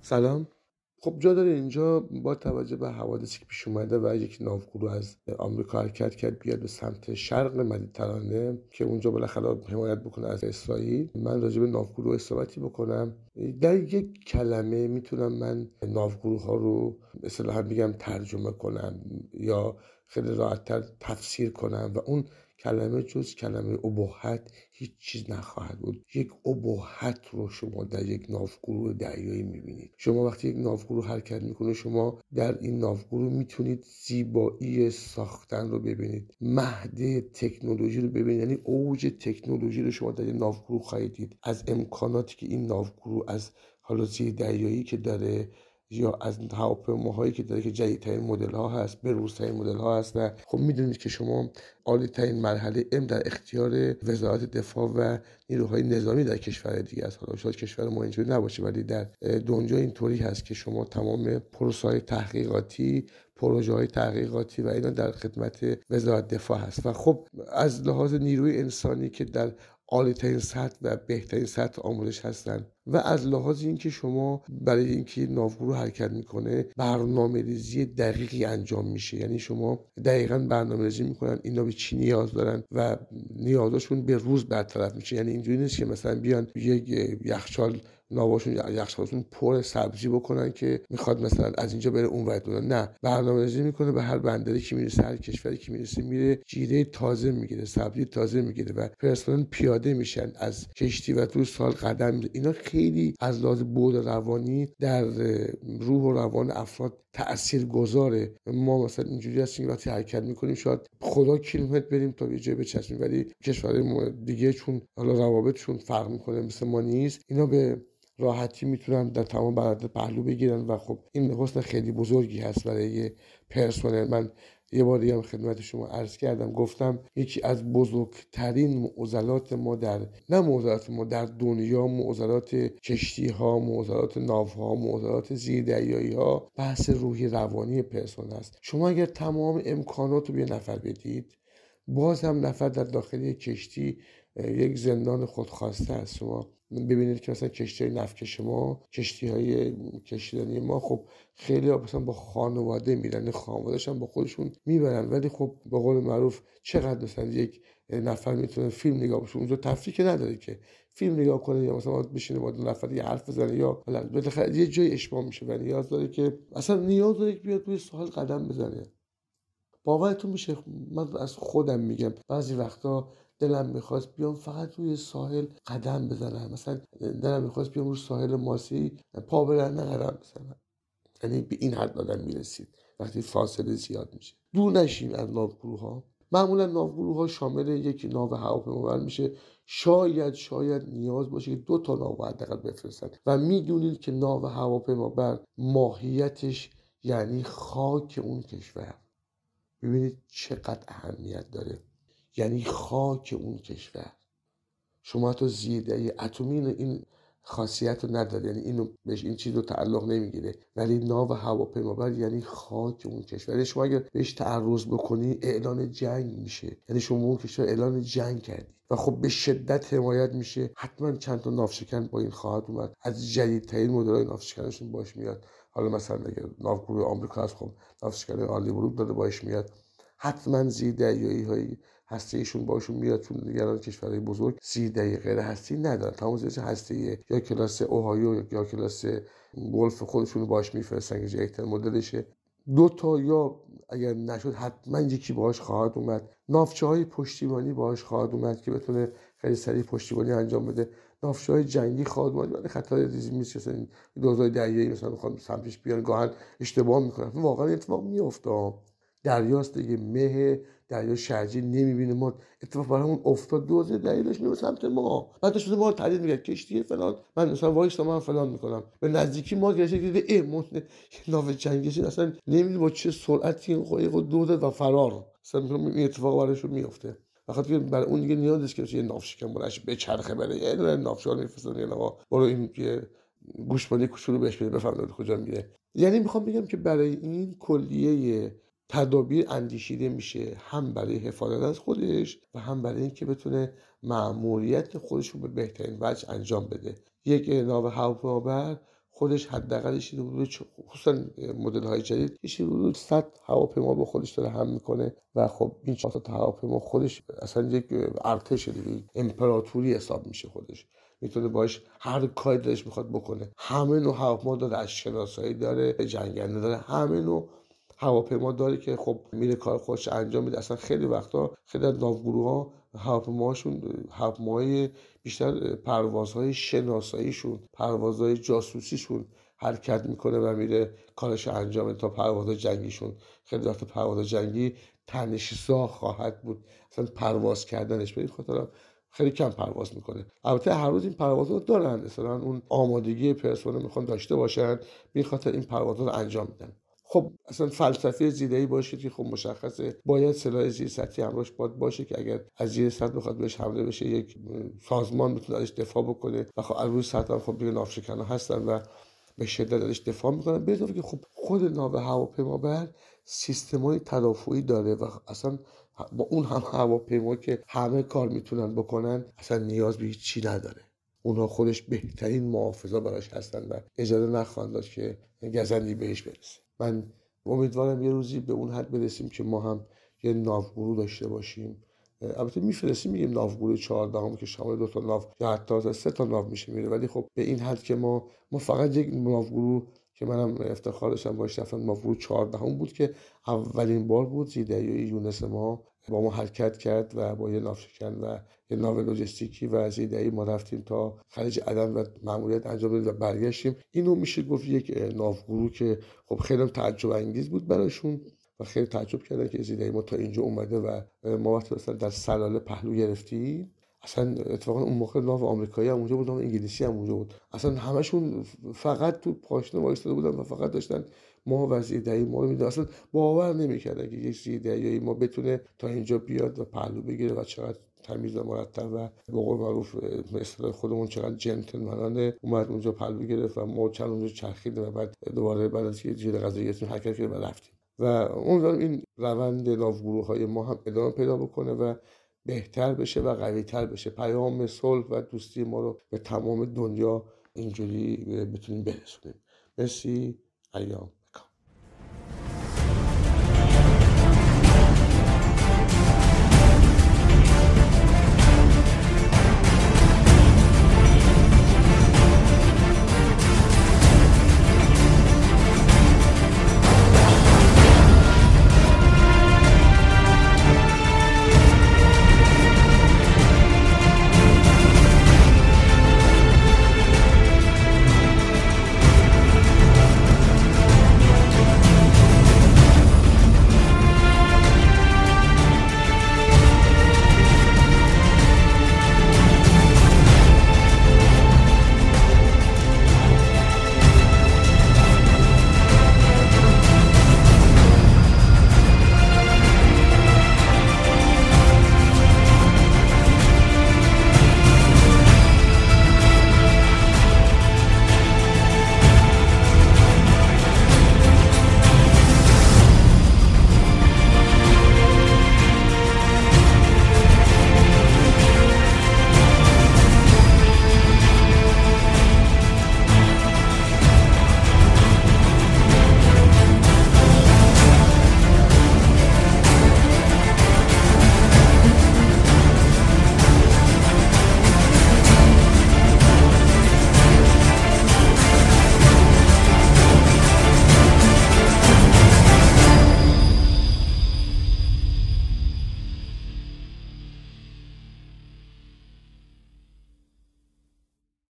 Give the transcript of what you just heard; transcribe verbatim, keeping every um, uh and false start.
سلام. خب جا داره اینجا با توجه به حوادثی که پیش اومده و یک ناوگروه از آمریکا حرکت کرد بیاد به سمت شرق مدیترانه که اونجا بالاخره حمایت بکنه از اسرائیل. من راجع به ناوگروه صحبتی بکنم. در یک کلمه میتونم من ناوگروه ها رو اصطلاحا بگم ترجمه کنم یا خیلی راحت‌تر تفسیر کنم و اون کلمه جز کلمه ابهت هیچ چیز نخواهد بود. یک ابهت رو شما در یک ناوگروه دریایی میبینید. شما وقتی یک ناوگروه حرکت میکنه، شما در این ناوگروه میتونید زیبایی ساختن رو ببینید، مهد تکنولوژی رو ببینید، یعنی اوج تکنولوژی رو شما در این ناوگروه خواهید دید. از امکاناتی که این ناوگروه از حالا زیر دریایی که داره یا از هواپیماهایی که داره که جدیدترین مدل ها هست، بروزترین مدل ها هست و خب میدونید که شما عالی ترین مرحله ام در اختیار وزارت دفاع و نیروهای نظامی در کشور دیگه است. حالا شاید کشور ما اینجوری نباشه، ولی در دنیا اینطوری هست که شما تمام پروسه های تحقیقاتی، پروژه های تحقیقاتی و اینا در خدمت وزارت دفاع هست و خب از لحاظ نیروی انسانی که در عالی ترین سطح و بهترین سطح آموزش هستن و از لحاظ اینکه شما برای اینکه ناوگروه حرکت میکنه برنامه ریزی دقیقی انجام میشه، یعنی شما دقیقاً برنامه ریزی میکنن اینا به چی نیاز دارن و نیازشون به روز برطرف میشه. یعنی اینجوری نیست که مثلا بیان یک یخچال ناواشون یخچالشون پر سبزی بکنن که میخواد مثلا از اینجا بره اونور دونه، نه، برنامه‌ریزی میکنه به هر بندری که میرسه، هر کشوری که میرسه میره جیره تازه میگیره، سبزی تازه میگیره و پرسنل پیاده میشن از کشتی و تو سال قدم میره. اینا خیلی از لحاظ بود روانی در روح و روان افراد تأثیر گذاره. ما مثلا اینجوری هستیم که وقتی حرکت میکنیم شاید خدا کیلومتر بریم تا یه جای بچسبیم، ولی کشورهای دیگه چون حالا روابطشون فرق میکنه مثل ما نیست، اینا به راحتی میتونن در تمام برد پهلو بگیرن و خب این حسن خیلی بزرگی هست برای پرسنل. من یه بار دیگه هم خدمت شما عرض کردم، گفتم یکی از بزرگترین معضلات ما در نه معضلات ما در دنیا، معضلات کشتی ها، معضلات ناو ها، معضلات زیردریایی ها، بحث روحی روانی پرسنل است. شما اگر تمام امکانات رو به نفر بدید، باز هم نفر در داخل یک کشتی یک زندان خودخواسته است. شما ببینید که مثلا کشتی های نفتکش ما، کشتی های کشتیرانی ما، خب خیلی ها مثلا با خانواده میرن، خانواده‌اش هم با خودشون میبرن، ولی خب به قول معروف چقدر مثلا یک نفر میتونه فیلم نگاه بشه اونجا؟ تفریح که نداره که فیلم نگاه کنه یا مثلا بشینه با دو نفر یه حرف بزنه یا بالاخره یه جای اشباع میشه و نیاز داره که اصلا نیاز داره که بیاد روی ساحل قدم بزنه. باورتون میشه، من از خودم میگم بعضی وقتا دلم میخواست بیام فقط روی ساحل قدم بزنم، مثلا دلم میخواست بیام روی ساحل ماسی پا برهنه قدم بزنم. یعنی به این حد آدم میرسید وقتی فاصله زیاد میشه. دور نشیم از ناوگروه ها. معمولا ناوگروه ها شامل یک ناو هواپیمابر میشه، شاید شاید نیاز باشه که دو تا ناو حداقل بفرستن و میدونید که ناو هواپیمابر ماهیتش یعنی خاک اون کشور. ببینید چقدر اهمیت داره، یعنی خاک اون کشور. شما تو زیرده اتمی این خاصیت رو نداره، یعنی اینو بهش این چیز رو تعلق نمیگیره، ولی ناو هواپیمابر یعنی خاک اون کشور. یعنی شما اگر بهش تعرض بکنی اعلان جنگ میشه، یعنی شما اون کشور اعلان جنگ کردی و خب به شدت حمایت میشه. حتما چند تا ناوشکن با این خواهد اومد، از جدیدترین مدل‌های ناوشکنشون باش میاد. حالا مثلا اگر ناوگروه آمریکا هست، خب ناوشکن آلی بروک داده باش میاد. حتما زیردریایی های هسته ایشون باشون میاد، چون دیگران کشورهای بزرگ زیردریایی غیر هسته ندارن، تمام زیرش هسته یا کلاس اوهایو یا کلاس گلف خودشون باش میفرستن که جدیدترین مدلشه. دو تا یا اگر نشد حتما یکی باهاش خواهد اومد. ناوچه های پشتیبانی باهاش خواهد اومد که بتونه خیلی سریع پشتیبانی انجام بده. ناوچه های جنگی خواهد اومد، ولی خطر ریزی نیست که مثلا دوزای دریایی مثلا میخوان سمتش بیان، گاهن اشتباه میکنن، واقعا اتفاق میفته. دریاست دیگه، مه دریا شرجی نمیبینه ما، اتفاق برامون افتاد، دوزه دریا داشت میره سمت ما، بعد شده ما تعدید میگه کشتی فلان، من مثلا وایس من فلان میکنم، به نزدیکی ما گرشه دیده ای مون ناو جنگی اصلا نمیدونه با چه سرعتی این خودی خود دو داد و فرار، مثلا این اتفاق براشون میفته. فقط که برای اون دیگه نیاز نیست که یه ناوشکن بلنش بچرخه بره، یه دونه ناوشکن میفرستن، یعنی آقا برو این که گوشمالی کوچولو بهش بده بفهمه کجا میره. یعنی میخوام بگم که برای این کلیه تدابیر اندیشیده میشه، هم برای حفاظت از خودش و هم برای اینکه بتونه مأموریت خودش رو به بهترین وجه انجام بده. یک ناو هواپیمابر خودش حداقلش حدود چ خصوصا مدل‌های جدید یه چیزی حدود صد هواپیما با خودش داره حمل میکنه و خب این چهار تا هواپیما خودش اصلا یک ارتش دیگه، امپراتوری حساب میشه خودش. میتونه باش هر کاری دلش میخواد بکنه. همه نوع هواپیما داره، از شناسایی داره، جنگنده داره، همه نوع هواپیما داره که خب میره کار خودش انجام میده. اصلا خیلی وقتا خیلی از ناوگروها هواپیماهاشون هواپیماهای بیشتر پروازهای شناساییشون، پروازهای جاسوسیشون حرکت میکنه و میره کارش انجام میده تا پروازهای جنگیشون. خیلی وقت پرواز جنگی تنش‌زا خواهد بود، اصلا پرواز کردنش به این خاطر خیلی کم پرواز میکنه. البته هر روز این پروازها دارن، مثلا اون آمادگی پرسنل میخوان داشته باشن، به خاطر این پروازها رو انجام میدن. خب اصلا فلسفه زیره‌ای باشه که خب مشخصه باید سلاح زیر سطحی همراهش باید باشه که اگر از زیر سطح بخواد بهش حمله بشه یک سازمان بتونه ازش دفاع بکنه و خب از روی سطح هم خب دیگه ناوشکن‌ها هستن و به شدت ازش دفاع میکنن. به اضافه که خب خود ناو هواپیمابر سیستم‌های تدافعی داره و اصلا با اون هم هواپیما که همه کار میتونن بکنن اصلا نیاز به هیچ چی نداره. اونها خودش بهترین محافظا براش هستن و اجازه نخواهند داد که گزندی بهش برسه. من امیدوارم یه روزی به اون حد برسیم که ما هم یه ناوگروه داشته باشیم. البته میفرستیم میگیم ناوگروه چهاردهم که شامل دو تا ناو یا حتی سه تا ناو میشه میره، ولی خب به این حد که ما ما فقط یک ناوگروه که منم افتخار داشتم باش رفتم، ناوگروه چهاردهم بود که اولین بار بود زیردریایی یونس ما با ما حرکت کرد و با یه ناوشکن و یه ناو لوجستیکی و زیردریایی ما رفتیم تا خلیج عدن و ماموریت انجام بدیم و برگشتیم. اینو میشه گفت یک ناوگروه که خب خیلی تعجب انگیز بود براشون و خیلی تعجب کردن که زیردریایی ما تا اینجا اومده و ما وقتی مثلا در سلاله پهلو گرفتیم. اصلا اتفاقا اون موقع ناو آمریکایی هم اونجا بود، ناو انگلیسی هم اونجا بود، اصلا همشون فقط تو پاشنه وایساده بودن و فقط داشتن ما و زیردریایی ما رو میدن. اصلا باور نمیکردن که یک زیردریایی ما بتونه تا اینجا بیاد و پهلو بگیره و چقدر تمیز و مرتب و به قول معروف به اصطلاح خودمون چقدر جنتلمنانه اومد اونجا پهلو گرفت و ما چند اونجا چرخیدیم و بعد دوباره بعد از اینکه جیل غذایی گرفتیم حرکت کردیم و رفتیم. و امیدوارم این روند ناوگروه‌های ما هم ادامه پیدا بکنه و بهتر بشه و قوی‌تر بشه. پیام صلح و دوستی ما رو به تمام دنیا اینجوری بتونیم برسونیم. مرسی. ایام